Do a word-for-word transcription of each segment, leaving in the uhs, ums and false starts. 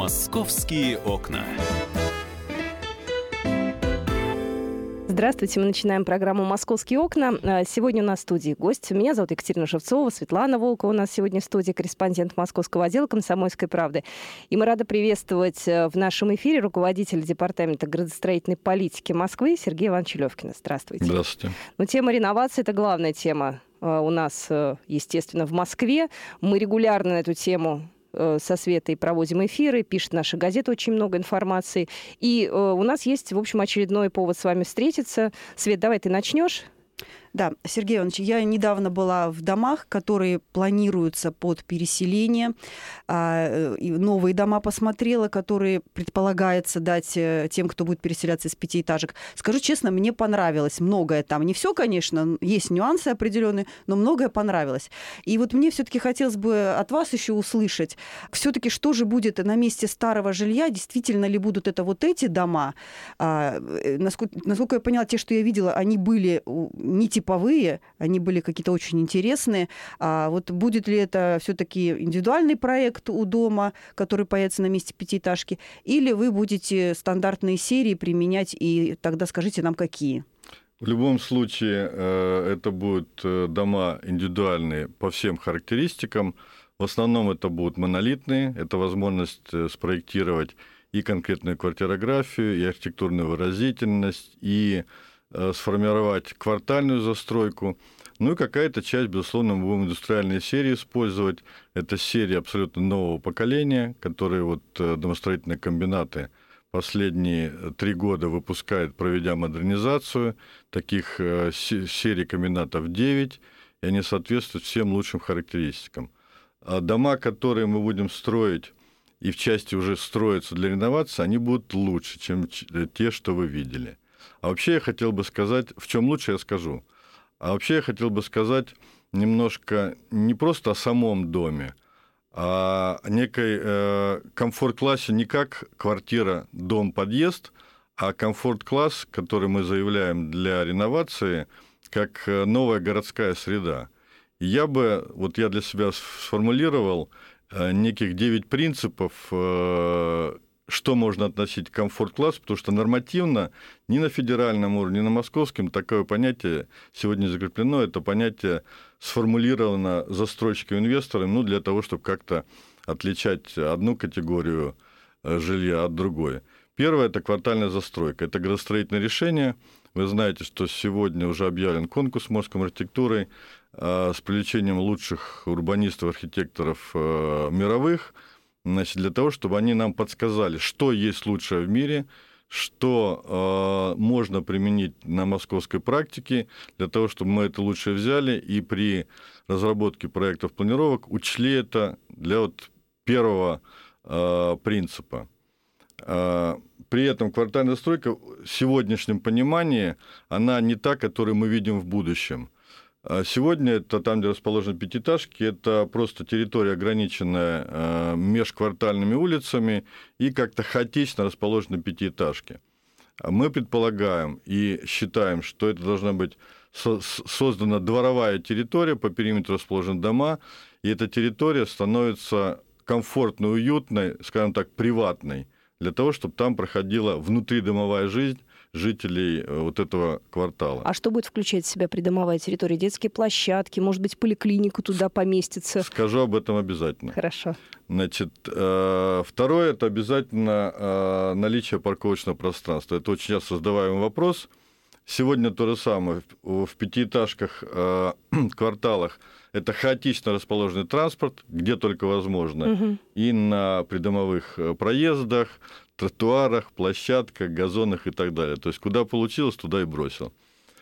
Московские окна. Здравствуйте, мы начинаем программу «Московские окна». Сегодня у нас в студии гость. Меня зовут Екатерина Шевцова, Светлана Волкова у нас сегодня в студии, корреспондент Московского отдела «Комсомольской правды». И мы рады приветствовать в нашем эфире руководителя Департамента градостроительной политики Москвы Сергея Ивановича Левкина. Здравствуйте. Здравствуйте. Ну, тема реновации – это главная тема у нас, естественно, в Москве. Мы регулярно на эту тему со Светой проводим эфиры, пишет наша газета очень много информации. И э, у нас есть, в общем, очередной повод с вами встретиться. Свет, давай ты начнешь. Да, Сергей Иванович, я недавно была в домах, которые планируются под переселение. Новые дома посмотрела, которые предполагается дать тем, кто будет переселяться из пятиэтажек. Скажу честно, мне понравилось многое там. Не все, конечно, есть нюансы определенные, но многое понравилось. И вот мне все-таки хотелось бы от вас еще услышать, все-таки что же будет на месте старого жилья, действительно ли будут это вот эти дома? Насколько, насколько я поняла, те, что я видела, они были не типовые, они были какие-то очень интересные. А вот будет ли это все-таки индивидуальный проект у дома, который появится на месте пятиэтажки, или вы будете стандартные серии применять, и тогда скажите нам, какие? В любом случае, это будут дома индивидуальные по всем характеристикам. В основном это будут монолитные, это возможность спроектировать и конкретную квартирографию, и архитектурную выразительность, и сформировать квартальную застройку. Ну и какая-то часть, безусловно, мы будем индустриальные серии использовать. Это серии абсолютно нового поколения, которые вот домостроительные комбинаты последние три года выпускают, проведя модернизацию. Таких серий комбинатов девять, и они соответствуют всем лучшим характеристикам. А дома, которые мы будем строить, и в части уже строятся для реновации, они будут лучше, чем те, что вы видели. А вообще я хотел бы сказать, в чем лучше я скажу, а вообще я хотел бы сказать немножко не просто о самом доме, а о некой э, комфорт-классе не как квартира, дом, подъезд, а комфорт-класс, который мы заявляем для реновации, как новая городская среда. И я бы, вот я для себя сформулировал э, неких девять принципов, э, что можно относить к комфорт-классу, потому что нормативно ни на федеральном уровне, ни на московском такое понятие сегодня закреплено, это понятие сформулировано застройщиком и инвестором, ну, для того, чтобы как-то отличать одну категорию жилья от другой. Первое – это квартальная застройка, это градостроительное решение. Вы знаете, что сегодня уже объявлен конкурс Московской архитектурой с привлечением лучших урбанистов, архитекторов мировых, значит, для того, чтобы они нам подсказали, что есть лучшее в мире, что э, можно применить на московской практике, для того, чтобы мы это лучшее взяли и при разработке проектов планировок учли это для вот первого э, принципа. Э, при этом квартальная застройка в сегодняшнем понимании, она не та, которую мы видим в будущем. Сегодня это там, где расположены пятиэтажки, это просто территория, ограниченная межквартальными улицами и как-то хаотично расположены пятиэтажки. Мы предполагаем и считаем, что это должна быть создана дворовая территория, по периметру расположены дома, и эта территория становится комфортной, уютной, скажем так, приватной, для того, чтобы там проходила внутридомовая жизнь жителей вот этого квартала. А что будет включать в себя придомовая территория? Детские площадки, может быть, поликлинику туда поместится? Скажу об этом обязательно. Хорошо. Значит, второе – это обязательно наличие парковочного пространства. Это очень часто задаваемый вопрос. Сегодня то же самое. В пятиэтажках, кварталах это хаотично расположенный транспорт, где только возможно, угу. и на придомовых проездах, тротуарах, площадках, газонах и так далее. То есть, куда получилось, туда и бросил.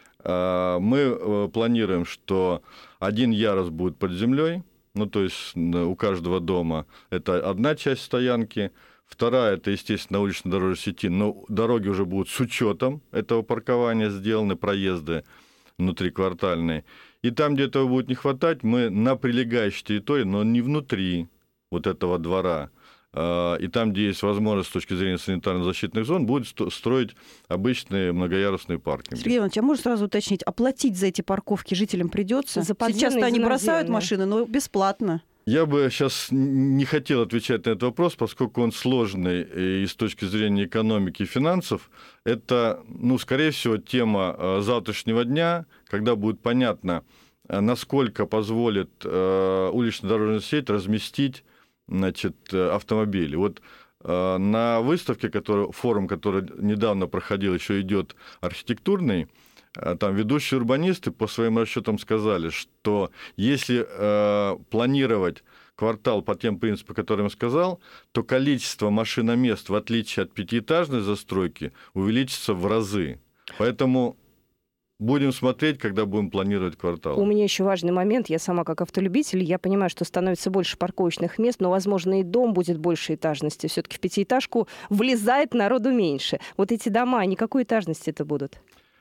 Мы планируем, что один ярус будет под землей, ну, то есть, у каждого дома это одна часть стоянки, вторая – это, естественно, на уличной дорожной сети, но дороги уже будут с учетом этого паркования сделаны, проезды внутриквартальные. И там, где этого будет не хватать, мы на прилегающей территории, но не внутри вот этого двора, и там, где есть возможность с точки зрения санитарно-защитных зон, будет строить обычные многоярусные паркинги. Сергей Иванович, а можно сразу уточнить, оплатить за эти парковки жителям придется? Сейчас-то они бросают машины, но бесплатно. Я бы сейчас не хотел отвечать на этот вопрос, поскольку он сложный и с точки зрения экономики и финансов. Это, ну, скорее всего, тема завтрашнего дня, когда будет понятно, насколько позволит улично-дорожная сеть разместить, значит, автомобили. Вот на выставке, который, форум, который недавно проходил, еще идет архитектурный, там ведущие урбанисты по своим расчетам сказали, что если э, планировать квартал по тем принципам, которые я сказал, то количество машиномест, в отличие от пятиэтажной застройки, увеличится в разы. Поэтому будем смотреть, когда будем планировать квартал. У меня еще важный момент. Я сама как автолюбитель, я понимаю, что становится больше парковочных мест, но, возможно, и дом будет большей этажности. Все-таки в пятиэтажку влезает народу меньше. Вот эти дома, они какой этажности это будут?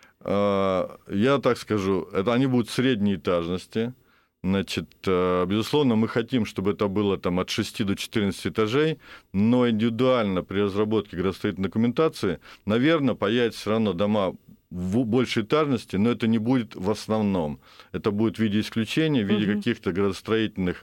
Я так скажу, это они будут средней этажности. Значит, безусловно, мы хотим, чтобы это было там, от шести до четырнадцати этажей, но индивидуально при разработке градостроительной документации, наверное, появятся все равно дома в большей этажности, но это не будет в основном. Это будет в виде исключения, в виде угу. каких-то градостроительных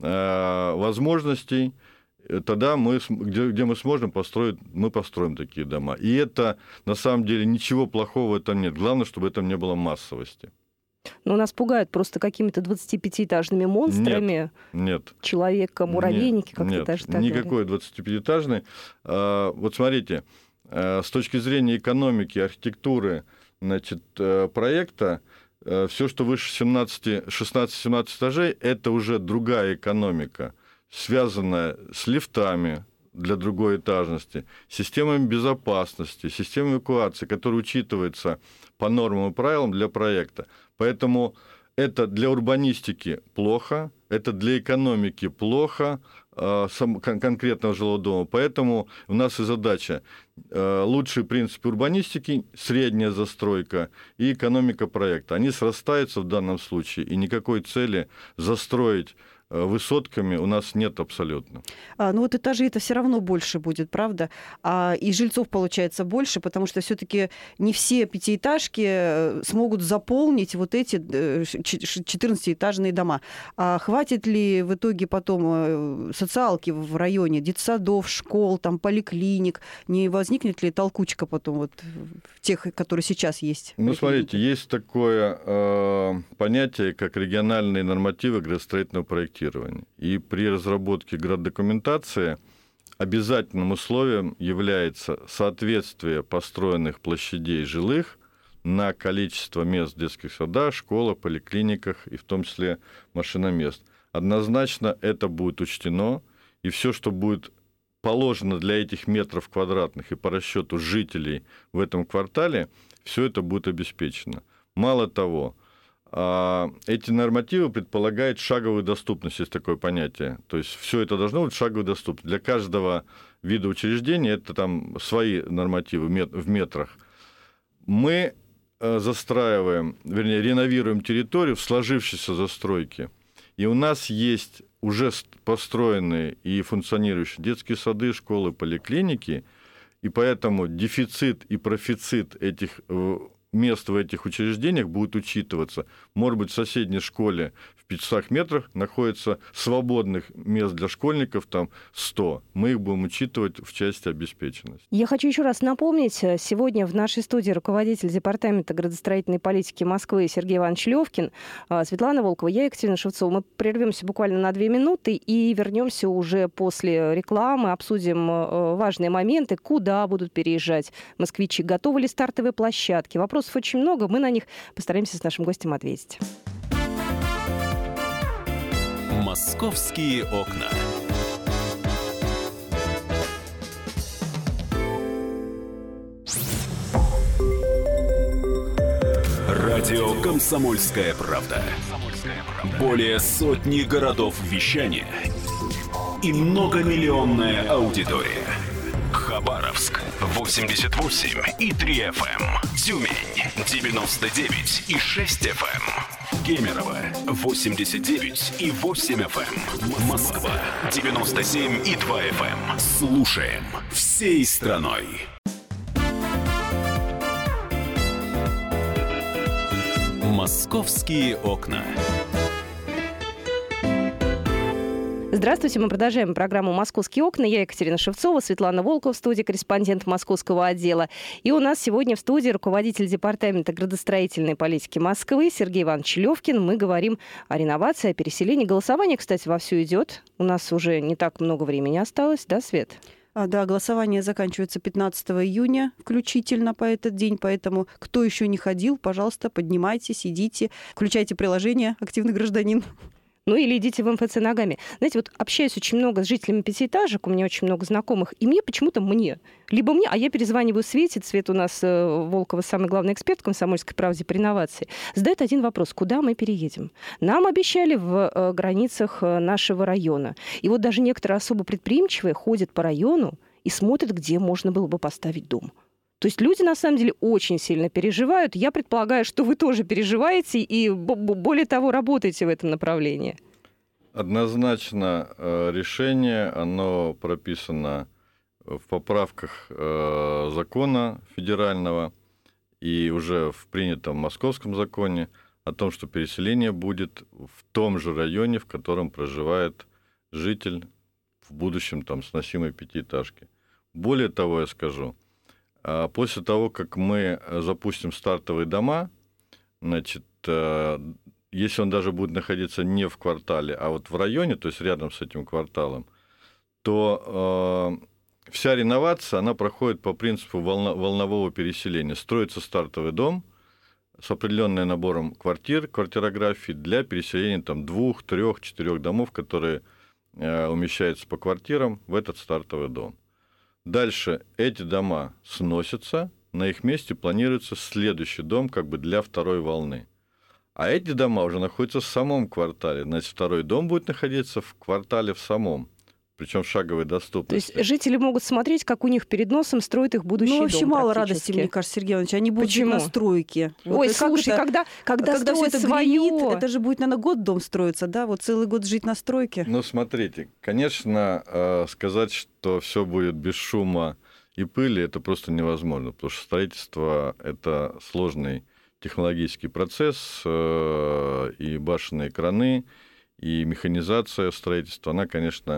э, возможностей. Тогда мы, где, где мы сможем построить, мы построим такие дома. И это, на самом деле, ничего плохого в этом нет. Главное, чтобы это не было массовости. Но нас пугают просто какими-то двадцатипятиэтажными монстрами. Нет, нет. Человека, муравейники, как-то нет, даже так никакой двадцатипятиэтажный. Вот смотрите, с точки зрения экономики, архитектуры, значит, проекта, все, что выше шестнадцати-семнадцати этажей, это уже другая экономика, связанная с лифтами для другой этажности, системами безопасности, системой эвакуации, которая учитывается по нормам и правилам для проекта. Поэтому это для урбанистики плохо, это для экономики плохо, э, сам, кон- конкретного жилого дома. Поэтому у нас и задача э, лучшие принципы урбанистики, средняя застройка и экономика проекта. Они срастаются в данном случае, и никакой цели застроить высотками у нас нет абсолютно. А, ну вот этажей это все равно больше будет, правда? А, и жильцов получается больше, потому что все-таки не все пятиэтажки смогут заполнить вот эти четырнадцатиэтажные дома. А хватит ли в итоге потом социалки в районе, детсадов, школ, там, поликлиник? Не возникнет ли толкучка потом вот в тех, которые сейчас есть? Ну, смотрите, есть такое э, понятие, как региональные нормативы градостроительного проектирования. И при разработке граддокументации обязательным условием является соответствие построенных площадей жилых на количество мест в детских садах, школах, поликлиниках и в том числе машиномест. Однозначно это будет учтено, и все, что будет положено для этих метров квадратных и по расчету жителей в этом квартале, все это будет обеспечено. Мало того, эти нормативы предполагают шаговую доступность, есть такое понятие. То есть все это должно быть шаговой доступностью. Для каждого вида учреждения это там свои нормативы в метрах. Мы застраиваем, вернее, реновируем территорию в сложившейся застройке. И у нас есть уже построенные и функционирующие детские сады, школы, поликлиники, и поэтому дефицит и профицит этих мест в этих учреждениях будет учитываться. Может быть, в соседней школе в пятистах метрах находится свободных мест для школьников там сто. Мы их будем учитывать в части обеспеченности. Я хочу еще раз напомнить, сегодня в нашей студии руководитель Департамента градостроительной политики Москвы Сергей Иванович Левкин, Светлана Волкова, я, Екатерина Шевцова. Мы прервемся буквально на две минуты и вернемся уже после рекламы, обсудим важные моменты, куда будут переезжать москвичи, готовы ли стартовые площадки. Вопросов очень много, мы на них постараемся с нашим гостем ответить. «Московские окна». Радио «Комсомольская правда». Более сотни городов вещания и многомиллионная аудитория. Хабаровск восемьдесят восемь и три эф эм, Тюмень девяносто девять и шесть эф эм, Кемерово восемьдесят девять и восемь эф эм, Москва девяносто семь и два эф эм. Слушаем всей страной. «Московские окна». Здравствуйте, мы продолжаем программу «Московские окна». Я Екатерина Шевцова, Светлана Волкова в студии, корреспондент московского отдела. И у нас сегодня в студии руководитель департамента градостроительной политики Москвы Сергей Иванович Левкин. Мы говорим о реновации, о переселении. Голосование, кстати, вовсю идет. У нас уже не так много времени осталось, да, Свет? А, да, голосование заканчивается пятнадцатого июня включительно по этот день, поэтому кто еще не ходил, пожалуйста, поднимайтесь, идите, включайте приложение «Активный гражданин». Ну или идите в эм эф цэ ногами. Знаете, вот общаюсь очень много с жителями пятиэтажек, у меня очень много знакомых, и мне почему-то мне, либо мне, а я перезваниваю Свете, Свет у нас э, Волкова самый главный эксперт в «Комсомольской правде» по реновации, задает один вопрос: куда мы переедем? Нам обещали в э, границах э, нашего района. И вот даже некоторые особо предприимчивые ходят по району и смотрят, где можно было бы поставить дом. То есть люди, на самом деле, очень сильно переживают. Я предполагаю, что вы тоже переживаете и, более того, работаете в этом направлении. Однозначно решение, оно прописано в поправках закона федерального и уже в принятом московском законе о том, что переселение будет в том же районе, в котором проживает житель в будущем там сносимой пятиэтажки. Более того, я скажу, после того, как мы запустим стартовые дома, значит, если он даже будет находиться не в квартале, а вот в районе, то есть рядом с этим кварталом, то э, вся реновация, она проходит по принципу волна, волнового переселения. Строится стартовый дом с определенным набором квартир, квартирографии для переселения там, двух, трех, четырех домов, которые э, умещаются по квартирам в этот стартовый дом. Дальше эти дома сносятся, на их месте планируется следующий дом как бы для второй волны. А эти дома уже находятся в самом квартале. Значит, второй дом будет находиться в квартале в самом, причем в шаговой доступности. То есть жители могут смотреть, как у них перед носом строят их будущий дом. Ну, вообще мало радости, мне кажется, Сергей Иванович. Они будут жить на стройке. Ой, вот слушай, это, когда, когда, когда строят все это свое... гремит, это же будет, наверное, год дом строиться, да? Вот целый год жить на стройке. Ну, смотрите, конечно, сказать, что все будет без шума и пыли, это просто невозможно, потому что строительство – это сложный технологический процесс, и башенные краны, и механизация строительства, она, конечно,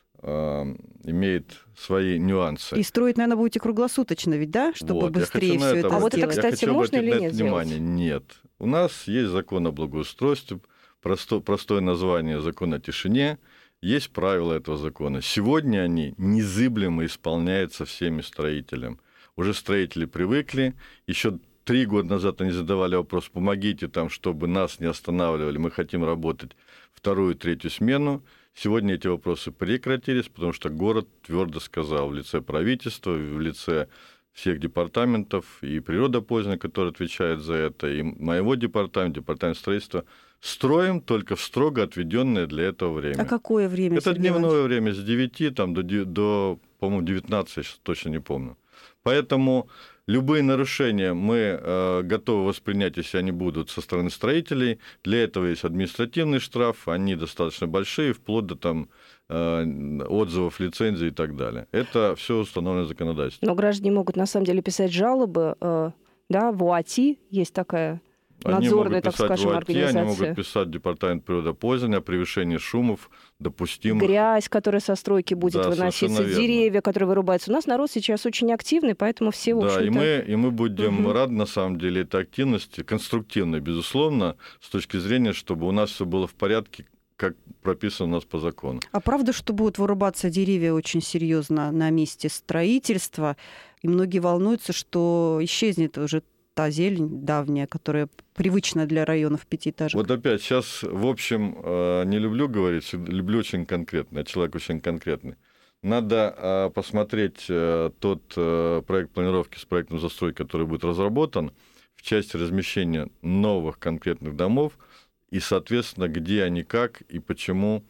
имеет свои нюансы. И строить, наверное, будете круглосуточно ведь, да? Чтобы вот, быстрее все это, это А вот это, кстати, можно или нет внимание? Нет. У нас есть закон о благоустройстве, просто, простое название закон о тишине, есть правила этого закона. Сегодня они незыблемо исполняются всеми строителями. Уже строители привыкли, еще три года назад они задавали вопрос: помогите там, чтобы нас не останавливали, мы хотим работать вторую, третью смену. Сегодня эти вопросы прекратились, потому что город твердо сказал в лице правительства, в лице всех департаментов и природопользования, который отвечает за это, и моего департамента, департамент строительства, строим только в строго отведенное для этого время. А какое время? Это Сергей дневное Иванович? время с девяти там, до, до, по-моему, девятнадцати, я сейчас точно не помню. Поэтому любые нарушения мы э, готовы воспринять, если они будут со стороны строителей. Для этого есть административный штраф, они достаточно большие, вплоть до там, э, отзывов, лицензий и так далее. Это все установлено законодательством. Но граждане могут, на самом деле, писать жалобы. Э, да, в УАТИ есть такая надзорная, так скажем, УАТИ, организация. Они могут писать департамент природопользования о превышении шумов, допустимых. Грязь, которая со стройки будет да, выноситься, деревья, которые вырубаются. У нас народ сейчас очень активный, поэтому все, в да, общем-то... и мы, и мы будем угу. рады, на самом деле, этой активности, конструктивной, безусловно, с точки зрения, чтобы у нас все было в порядке, как прописано у нас по закону. А правда, что будут вырубаться деревья очень серьезно на месте строительства? И многие волнуются, что исчезнет уже та зелень давняя, которая привычна для районов пятиэтажек. Вот опять, сейчас, в общем, не люблю говорить, люблю очень конкретно, я человек очень конкретный. Надо посмотреть тот проект планировки с проектом застройки, который будет разработан в части размещения новых конкретных домов, и, соответственно, где они, как и почему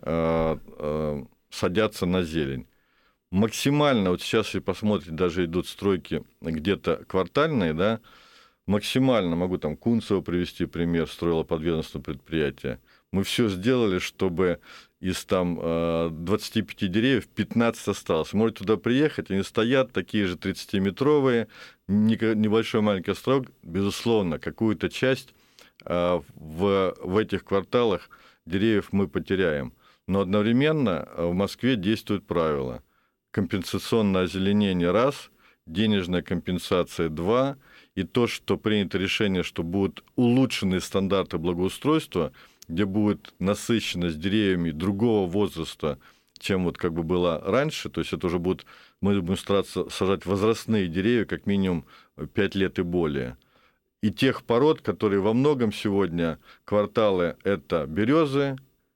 садятся на зелень. Максимально, вот сейчас, если посмотрите, даже идут стройки где-то квартальные, да, максимально, могу там Кунцево привести пример, строило подведомственное предприятие. Мы все сделали, чтобы из там двадцати пяти деревьев пятнадцать осталось. Можете туда приехать, они стоят, такие же тридцатиметровые, небольшой маленький острог, безусловно, какую-то часть в, в этих кварталах деревьев мы потеряем. Но одновременно в Москве действует правило. Компенсационное озеленение – раз, денежная компенсация – два, и то, что принято решение, что будут улучшенные стандарты благоустройства, где будет насыщенность деревьями другого возраста, чем вот как бы было раньше, то есть это уже будут, мы будем стараться сажать возрастные деревья, как минимум пять лет и более. И тех пород, которые во многом сегодня кварталы – это березы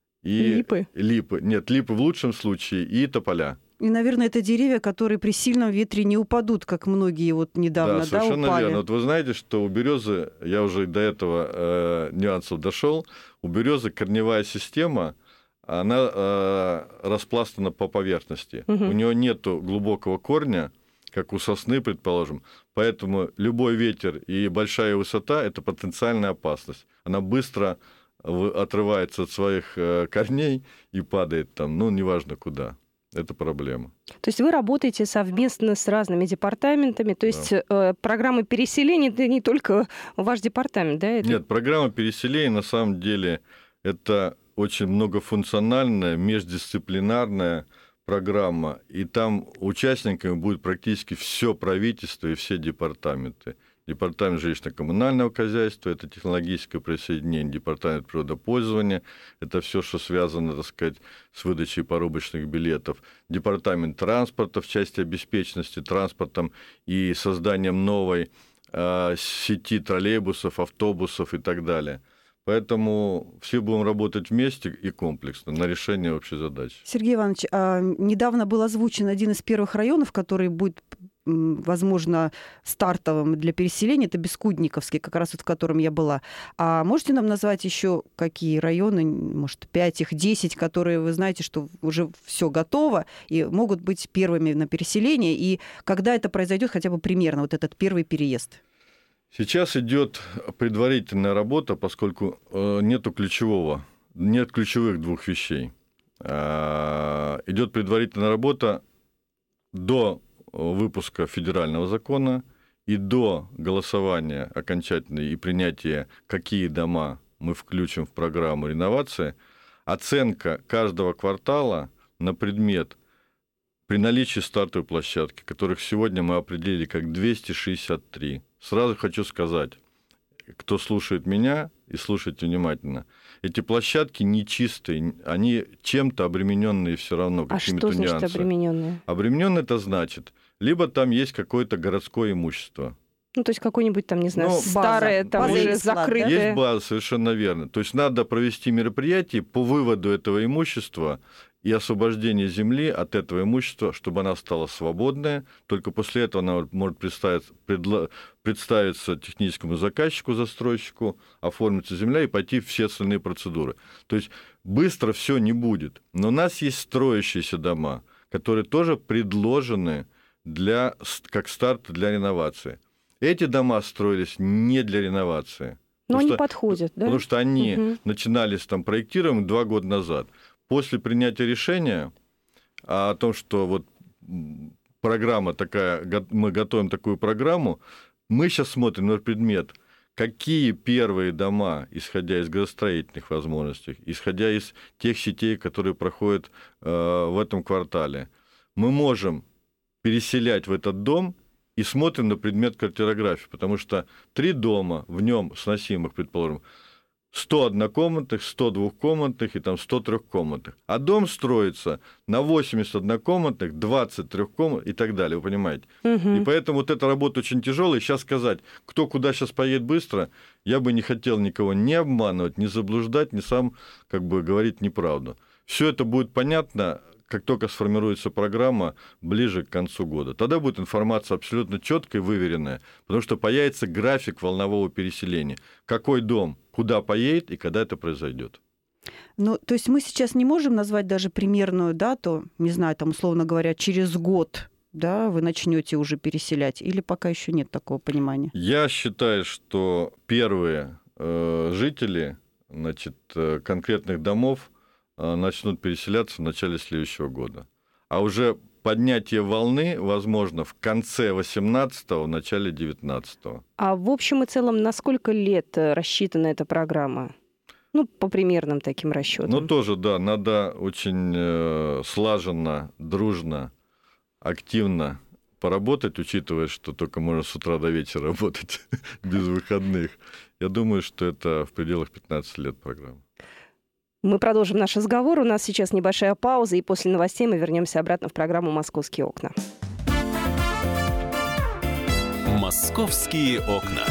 и липы. липы. Нет, липы в лучшем случае и тополя. И, наверное, это деревья, которые при сильном ветре не упадут, как многие вот недавно, да, да, совершенно упали. верно. Вот вы знаете, что у березы, я уже до этого э, нюансов дошел, у березы корневая система, она э, распластана по поверхности. Угу. У нее нет глубокого корня, как у сосны, предположим. Поэтому любой ветер и большая высота – это потенциальная опасность. Она быстро отрывается от своих корней и падает там, ну, неважно куда. Это проблема. То есть вы работаете совместно с разными департаментами, то есть да. э, программа переселения – это не только ваш департамент, да? Это... Нет, программа переселения на самом деле это очень многофункциональная, междисциплинарная программа, и там участниками будет практически все правительство и все департаменты. Департамент жилищно-коммунального хозяйства, это технологическое присоединение, департамент природопользования, это все, что связано, так сказать, с выдачей порубочных билетов, департамент транспорта в части обеспеченности транспортом и созданием новой э, сети троллейбусов, автобусов и так далее. Поэтому все будем работать вместе и комплексно на решение общей задачи. Сергей Иванович, а недавно был озвучен один из первых районов, который будет, возможно, стартовым для переселения. Это Бескудниковский, как раз вот в котором я была. А можете нам назвать еще какие районы, может, пять их, десять, которые вы знаете, что уже все готово и могут быть первыми на переселение? И когда это произойдет, хотя бы примерно, вот этот первый переезд? Сейчас идет предварительная работа, поскольку нету ключевого, нет ключевых двух вещей. Идет предварительная работа до выпуска федерального закона и до голосования окончательного и принятия, какие дома мы включим в программу реновации. Оценка каждого квартала на предмет при наличии стартовой площадки, которых сегодня мы определили как двести шестьдесят три. Сразу хочу сказать, кто слушает меня и слушайте внимательно, эти площадки нечистые, они чем-то обремененные все равно, какими-то нюансами. А что значит обремененные? Обремененные это значит, либо там есть какое-то городское имущество. Ну, то есть какое-нибудь там, не знаю, ну, старое, там база уже есть, закрытое. да? Есть база, совершенно верно. То есть надо провести мероприятие по выводу этого имущества и освобождение земли от этого имущества, чтобы она стала свободная. Только после этого она может представиться, предла, представиться техническому заказчику, застройщику, оформиться земля и пойти все остальные процедуры. То есть быстро все не будет. Но у нас есть строящиеся дома, которые тоже предложены для, как старт для реновации. Эти дома строились не для реновации. Но они что, подходят, да? Потому что они угу. начинались там проектированием два года назад. После принятия решения о том, что вот программа такая, мы готовим такую программу, мы сейчас смотрим на предмет, какие первые дома, исходя из градостроительных возможностей, исходя из тех сетей, которые проходят э, в этом квартале, мы можем переселять в этот дом и смотрим на предмет квартирографии, потому что три дома в нем сносимых, предположим, сто однокомнатных, сто двухкомнатных и там сто трехкомнатных. А дом строится на восемьдесят однокомнатных, двадцать трехкомнатных и так далее, вы понимаете. Угу. И поэтому вот эта работа очень тяжелая. И сейчас сказать, кто куда сейчас поедет быстро, я бы не хотел никого не обманывать, не заблуждать, не сам как бы говорить неправду. Все это будет понятно, как только сформируется программа ближе к концу года. Тогда будет информация абсолютно четкая и выверенная, потому что появится график волнового переселения. Какой дом, куда поедет и когда это произойдет. Ну, то есть мы сейчас не можем назвать даже примерную дату, не знаю, там, условно говоря, через год, да, вы начнете уже переселять, или пока еще нет такого понимания? Я считаю, что первые э, жители, значит, конкретных домов начнут переселяться в начале следующего года. А уже поднятие волны возможно в конце восемнадцатого, в начале девятнадцатого. А в общем и целом на сколько лет рассчитана эта программа? Ну, по примерным таким расчетам. Ну, тоже, да, надо очень э, слаженно, дружно, активно поработать, учитывая, что только можно с утра до вечера работать без выходных. Я думаю, что это в пределах пятнадцати лет программы. Мы продолжим наш разговор. У нас сейчас небольшая пауза, и после новостей мы вернемся обратно в программу «Московские окна». «Московские окна».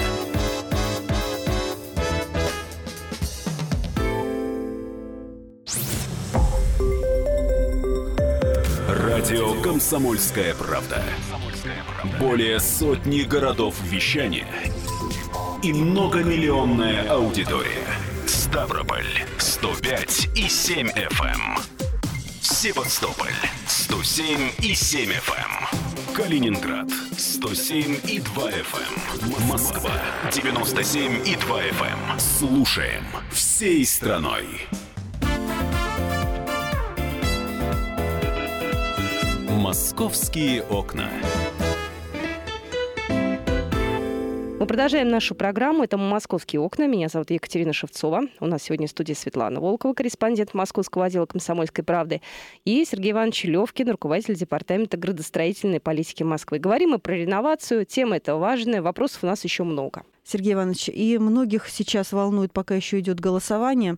Радио «Комсомольская правда». Более сотни городов вещания и многомиллионная аудитория. Ставрополь сто пять и семь эф эм. Севастополь сто семь и семь эф эм. Калининград сто семь и два эф эм. Москва девяносто семь и два эф эм. Слушаем всей страной. «Московские окна». Мы продолжаем нашу программу. Это «Московские окна». Меня зовут Екатерина Шевцова. У нас сегодня в студии Светлана Волкова, корреспондент Московского отдела «Комсомольской правды», и Сергей Иванович Левкин, руководитель департамента градостроительной политики Москвы. Говорим мы про реновацию. Тема эта важная. Вопросов у нас еще много. Сергей Иванович, и многих сейчас волнует, пока еще идет голосование,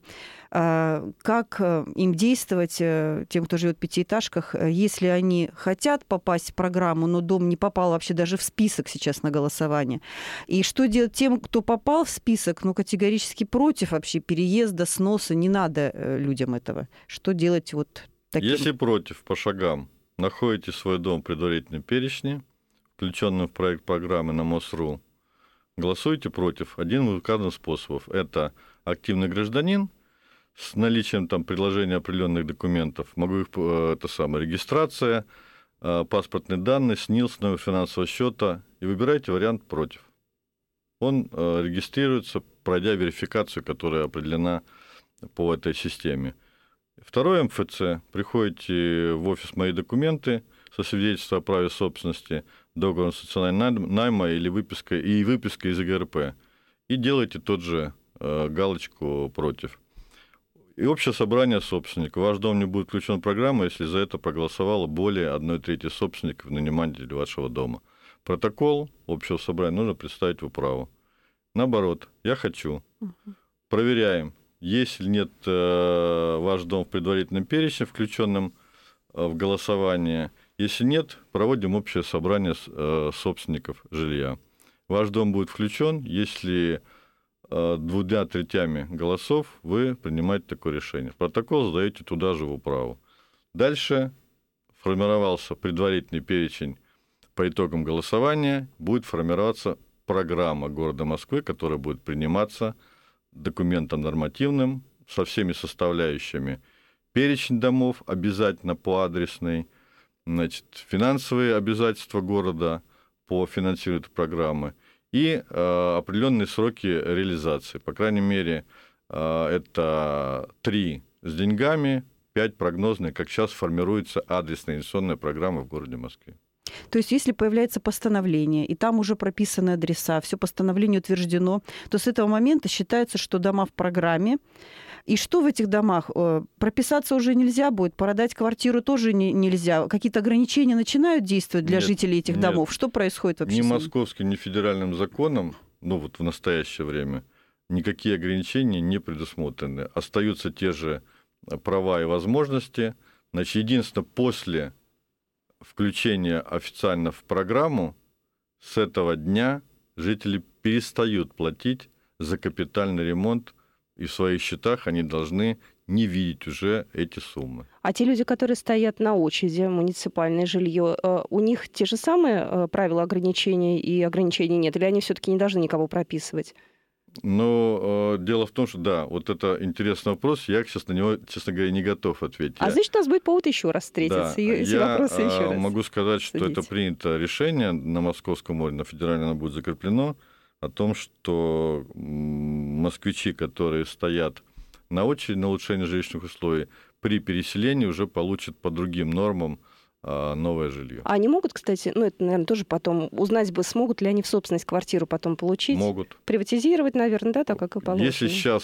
как им действовать, тем, кто живет в пятиэтажках, если они хотят попасть в программу, но дом не попал вообще даже в список сейчас на голосование. И что делать тем, кто попал в список, но категорически против вообще переезда, сноса, не надо людям этого. Что делать вот таким? Если против, по шагам, находите свой дом в предварительном перечне, включенном в проект программы на МОСРУ, голосуйте против. Один из указанных способов – это активный гражданин с наличием там предложения определенных документов. Могу их, это самое, регистрация, паспортные данные, СНИЛС, номер финансового счета. И выбирайте вариант против. Он регистрируется, пройдя верификацию, которая определена по этой системе. Второй эм эф цэ. Приходите в офис «Мои документы» со свидетельством о праве собственности, договором социального найма или выпиской, и выпиской из и гэ эр пэ. И делайте тот же э, галочку «Против». И общее собрание собственников. Ваш дом не будет включен в программу, если за это проголосовало более одной трети собственников, нанимателей вашего дома. Протокол общего собрания нужно представить в управу. Наоборот, я хочу. Угу. Проверяем, есть или нет э, ваш дом в предварительном перечне, включенном э, в голосование. Если нет, проводим общее собрание э, собственников жилья. Ваш дом будет включен, если э, двумя третями голосов вы принимаете такое решение. Протокол сдаете туда же в управу. Дальше формировался предварительный перечень по итогам голосования, будет формироваться программа города Москвы, которая будет приниматься документом нормативным со всеми составляющими. Перечень домов обязательно по адресной, значит, финансовые обязательства города по финансированию этой программы и э, определенные сроки реализации. По крайней мере, э, это три с деньгами, пять прогнозные, как сейчас формируется адресная инвестиционная программа в городе Москве. То есть, если появляется постановление, и там уже прописаны адреса, все постановление утверждено, то с этого момента считается, что дома в программе. И что в этих домах? Прописаться уже нельзя будет, продать квартиру тоже не, нельзя. Какие-то ограничения начинают действовать для нет, жителей этих нет, домов? Что происходит вообще? Ни московским, ни федеральным законом, ну вот в настоящее время, никакие ограничения не предусмотрены. Остаются те же права и возможности. Значит, единственное, после включения официально в программу, с этого дня жители перестают платить за капитальный ремонт, и в своих счетах они должны не видеть уже эти суммы. А те люди, которые стоят на очереди, муниципальное жилье, у них те же самые правила ограничений и ограничений нет? Или они все-таки не должны никого прописывать? Но э, дело в том, что да, вот это интересный вопрос, я сейчас на него, честно говоря, не готов ответить. А значит, у нас будет повод еще раз встретиться, да, и эти я вопросы еще раз могу сказать, что судить. Это принято решение на Московском уровне, на федеральном оно будет закреплено, о том, что москвичи, которые стоят на очереди на улучшение жилищных условий, при переселении уже получат по другим нормам новое жилье. А они могут, кстати, ну это, наверное, тоже потом узнать бы, смогут ли они в собственность квартиру потом получить? Могут. Приватизировать, наверное, да, так как и положено. Если сейчас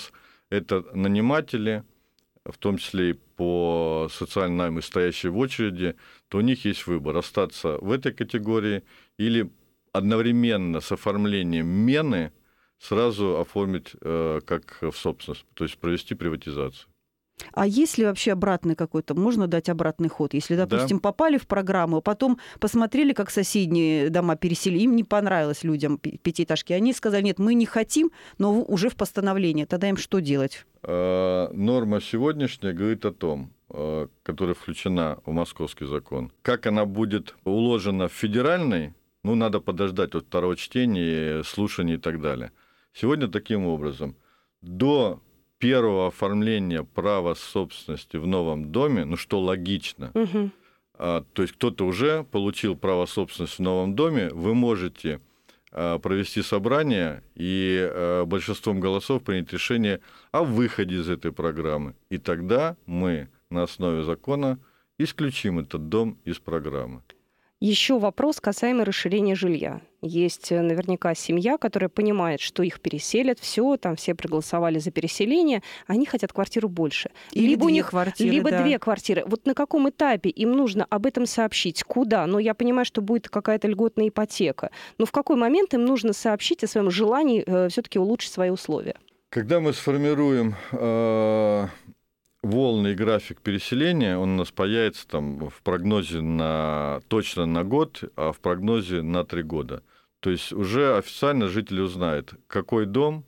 это наниматели, в том числе и по социальным наймам, стоящие в очереди, то у них есть выбор: остаться в этой категории или одновременно с оформлением мены сразу оформить э, как в собственность, то есть провести приватизацию. А есть ли вообще обратный какой-то? Можно дать обратный ход? Если, допустим, да. попали в программу, а потом посмотрели, как соседние дома переселили, им не понравилось людям пятиэтажки, они сказали: нет, мы не хотим, но уже в постановлении. Тогда им что делать? Норма сегодняшняя говорит о том, которая включена в московский закон. Как она будет уложена в федеральный, ну, надо подождать от второго чтения, слушаний и так далее. Сегодня таким образом: до первого оформления права собственности в новом доме, ну, что логично, угу. а, то есть кто-то уже получил право собственности в новом доме, вы можете а, провести собрание и а, большинством голосов принять решение о выходе из этой программы. И тогда мы на основе закона исключим этот дом из программы. Еще вопрос касаемо расширения жилья. Есть наверняка семья, которая понимает, что их переселят, все, там все проголосовали за переселение, они хотят квартиру больше. Или либо две у них, квартиры, либо да. две квартиры. Вот на каком этапе им нужно об этом сообщить? Куда? Ну, я понимаю, что будет какая-то льготная ипотека. Но в какой момент им нужно сообщить о своем желании э, все-таки улучшить свои условия? Когда мы сформируем э, волны и график переселения, он у нас появится там в прогнозе на, точно на год, а в прогнозе на три года. То есть уже официально жители узнают, какой дом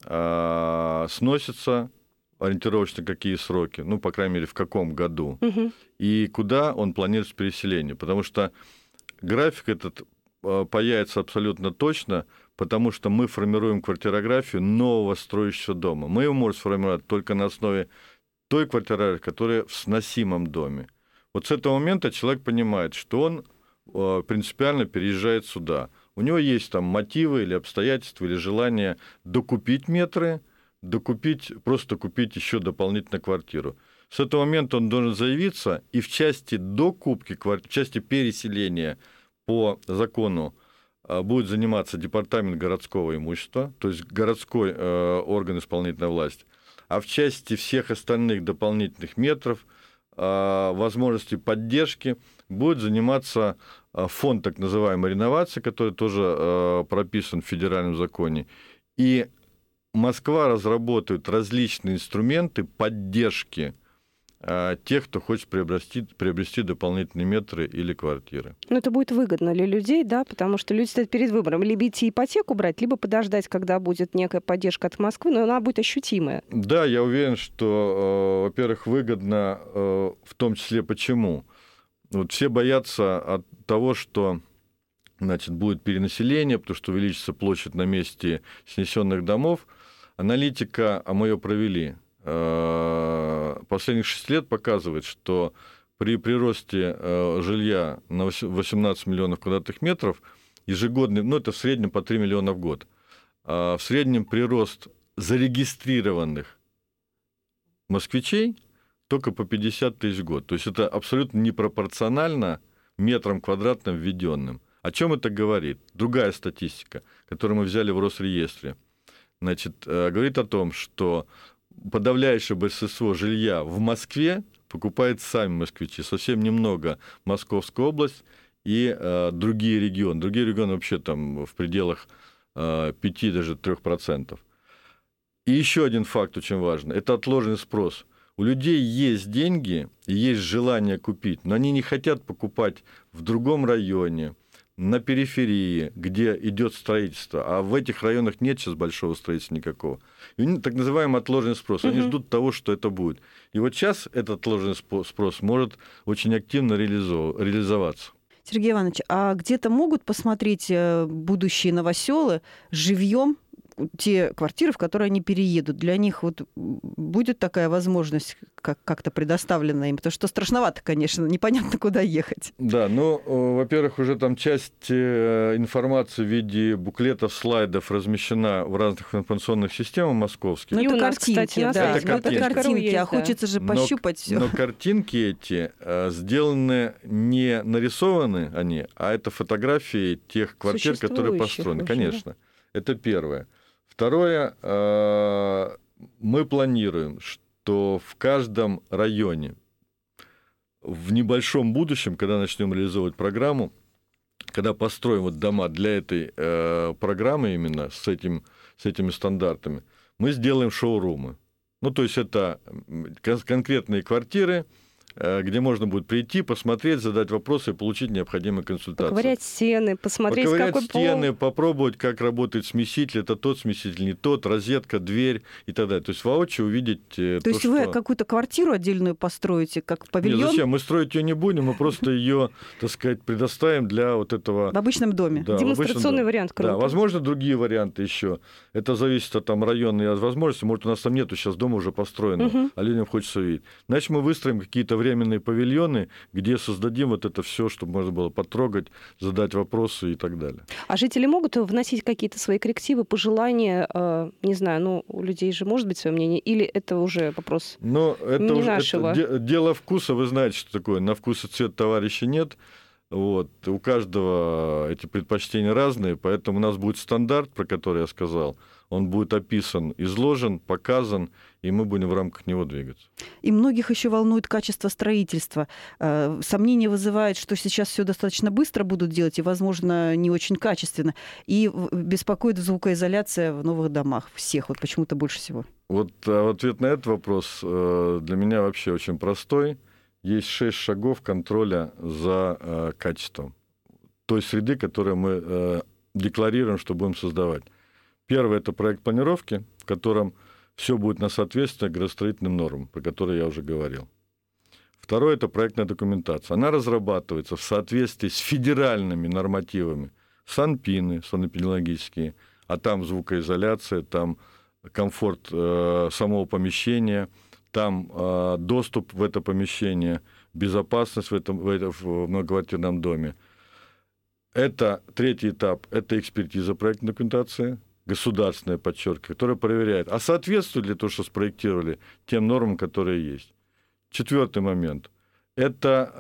э, сносится, ориентировочно какие сроки, ну, по крайней мере, в каком году, угу. и куда он планирует переселение. Потому что график этот появится абсолютно точно, потому что мы формируем квартирографию нового строящегося дома. Мы его можем сформировать только на основе той квартиры, которая в сносимом доме. Вот с этого момента человек понимает, что он принципиально переезжает сюда. У него есть там мотивы или обстоятельства, или желание докупить метры, докупить, просто купить еще дополнительно квартиру. С этого момента он должен заявиться, и в части докупки квартиры, в части переселения по закону будет заниматься департамент городского имущества, то есть городской э, орган исполнительной власти, а в части всех остальных дополнительных метров, э, возможностей поддержки будет заниматься фонд так называемой реновации, который тоже э, прописан в федеральном законе. И Москва разработает различные инструменты поддержки э, тех, кто хочет приобрести, приобрести дополнительные метры или квартиры. Ну, это будет выгодно для людей, да, потому что люди стоят перед выбором: либо идти ипотеку брать, либо подождать, когда будет некая поддержка от Москвы, но она будет ощутимая. Да, я уверен, что, э, во-первых, выгодно, э, в том числе почему? Вот все боятся от того, что, значит, будет перенаселение, потому что увеличится площадь на месте снесенных домов. Аналитика, а мы ее провели, последних шесть лет показывает, что при приросте жилья на восемнадцать миллионов квадратных метров ежегодный, ну это в среднем по три миллиона в год, в среднем прирост зарегистрированных москвичей только по пятьдесят тысяч в год. То есть это абсолютно непропорционально метрам квадратным введенным. О чем это говорит? Другая статистика, которую мы взяли в Росреестре, значит, говорит о том, что подавляющее большинство жилья в Москве покупают сами москвичи. Совсем немного Московская область и э, другие регионы. Другие регионы вообще там в пределах э, пяти, даже трёх процентов. И еще один факт очень важный. Это отложенный спрос. У людей есть деньги, есть желание купить, но они не хотят покупать в другом районе, на периферии, где идет строительство, а в этих районах нет сейчас большого строительства никакого. И у них так называемый отложенный спрос. Они угу. ждут того, что это будет. И вот сейчас этот отложенный спрос может очень активно реализоваться. Сергей Иванович, а где-то могут посмотреть будущие новоселы живьем те квартиры, в которые они переедут? Для них вот будет такая возможность как- как-то предоставлена им? Потому что страшновато, конечно, непонятно, куда ехать. Да, ну, во-первых, уже там часть информации в виде буклетов, слайдов размещена в разных информационных системах московских. Ну, это картинки, кстати, да, это картинки. это картинки, есть, а да. хочется же пощупать все. Но картинки эти сделаны, не нарисованы они, а это фотографии тех квартир, которые построены. Конечно, да. Это первое. Второе, Мы планируем, что в каждом районе в небольшом будущем, когда начнем реализовывать программу, когда построим вот дома для этой э, программы именно с, этим, с этими стандартами, мы сделаем шоурумы. Ну, то есть это кон- конкретные квартиры, э, где можно будет прийти, посмотреть, задать вопросы и получить необходимые консультации. Поковырять стены, посмотреть, Поковырять какой стены, пол. попробовать, как работает смеситель, это тот смеситель, не тот, розетка, дверь и так далее. То есть воочию увидеть э, То, то, есть что... вы какую-то квартиру отдельную построите, как павильон? Нет, зачем? Мы строить ее не будем, мы просто ее, так сказать, предоставим для вот этого... В обычном доме? Да, в Демонстрационный обычном доме. вариант, круто. Да, возможно, другие варианты еще. Это зависит от там, района и от возможностей. Может, у нас там нету сейчас дома уже построено, Мгм. а людям хочется видеть. Значит, мы выстроим какие-то временные павильоны, где создадим вот это все, чтобы можно было потрогать, задать вопросы и так далее. А жители могут вносить какие-то свои коррективы, пожелания, э, не знаю, ну, у людей же может быть свое мнение, или это уже вопрос... Но это Не уже нашего. это де- дело вкуса, вы знаете, что такое. На вкус и цвет товарища нет. Вот. У каждого эти предпочтения разные, поэтому у нас будет стандарт, про который я сказал. Он будет описан, изложен, показан, и мы будем в рамках него двигаться. И многих еще волнует качество строительства. Э, Сомнения вызывает, что сейчас все достаточно быстро будут делать и, возможно, не очень качественно. И в- беспокоит звукоизоляция в новых домах всех, вот почему-то больше всего. Вот а, ответ на этот вопрос э, для меня вообще очень простой. Есть шесть шагов контроля за э, качеством той среды, которую мы э, декларируем, что будем создавать. Первый – это проект планировки, в котором все будет на соответствие градостроительным нормам, про которые я уже говорил. Второе – это проектная документация. Она разрабатывается в соответствии с федеральными нормативами. Санпины, санэпидемиологические, а там звукоизоляция, там комфорт э, самого помещения, там э, доступ в это помещение, безопасность в, этом, в, этом, в многоквартирном доме. Это третий этап, это экспертиза проектной документации, государственная, подчеркиваю, которая проверяет, а соответствует ли то, что спроектировали, тем нормам, которые есть. Четвертый момент – это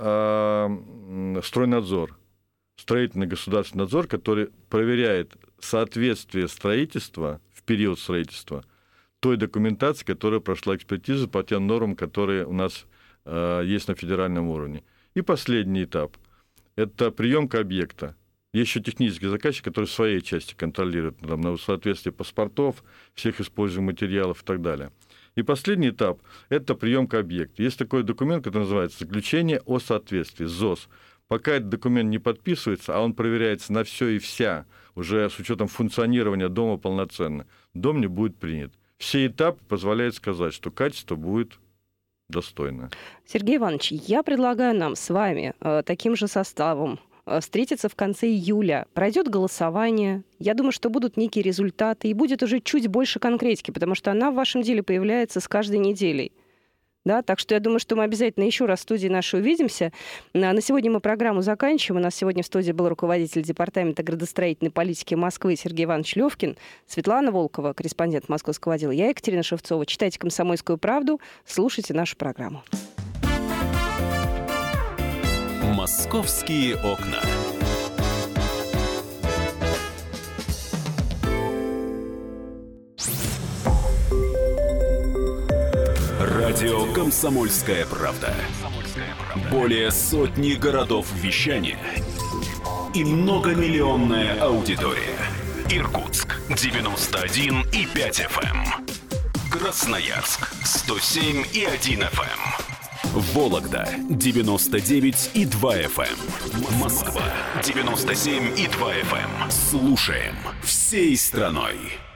э, стройнадзор, строительный государственный надзор, который проверяет соответствие строительства в период строительства той документации, которая прошла экспертизу по тем нормам, которые у нас э, есть на федеральном уровне. И последний этап – это приемка объекта. Есть еще технический заказчик, который в своей части контролирует там, на соответствие паспортов, всех используемых материалов и так далее. И последний этап – это приемка объекта. Есть такой документ, который называется «Заключение о соответствии», ЗОС. Пока этот документ не подписывается, а он проверяется на все и вся, уже с учетом функционирования дома полноценно, дом не будет принят. Все этапы позволяют сказать, что качество будет достойное. Сергей Иванович, я предлагаю нам с вами э, таким же составом э, встретиться в конце июля. Пройдет голосование. Я думаю, что будут некие результаты, и будет уже чуть больше конкретики, потому что она в вашем деле появляется с каждой неделей. Да, так что я думаю, что мы обязательно еще раз в студии нашей увидимся. На сегодня мы программу заканчиваем. У нас сегодня в студии был руководитель департамента градостроительной политики Москвы Сергей Иванович Левкин, Светлана Волкова, корреспондент Московского отдела. Я Екатерина Шевцова. Читайте «Комсомольскую правду», слушайте нашу программу. «Московские окна». Радио «Комсомольская правда». Более сотни городов вещания и многомиллионная аудитория. Иркутск девяносто один и пять эф эм, Красноярск сто семь и один эф эм, Вологда девяносто девять и два эф эм, Москва девяносто семь и два эф эм. Слушаем всей страной.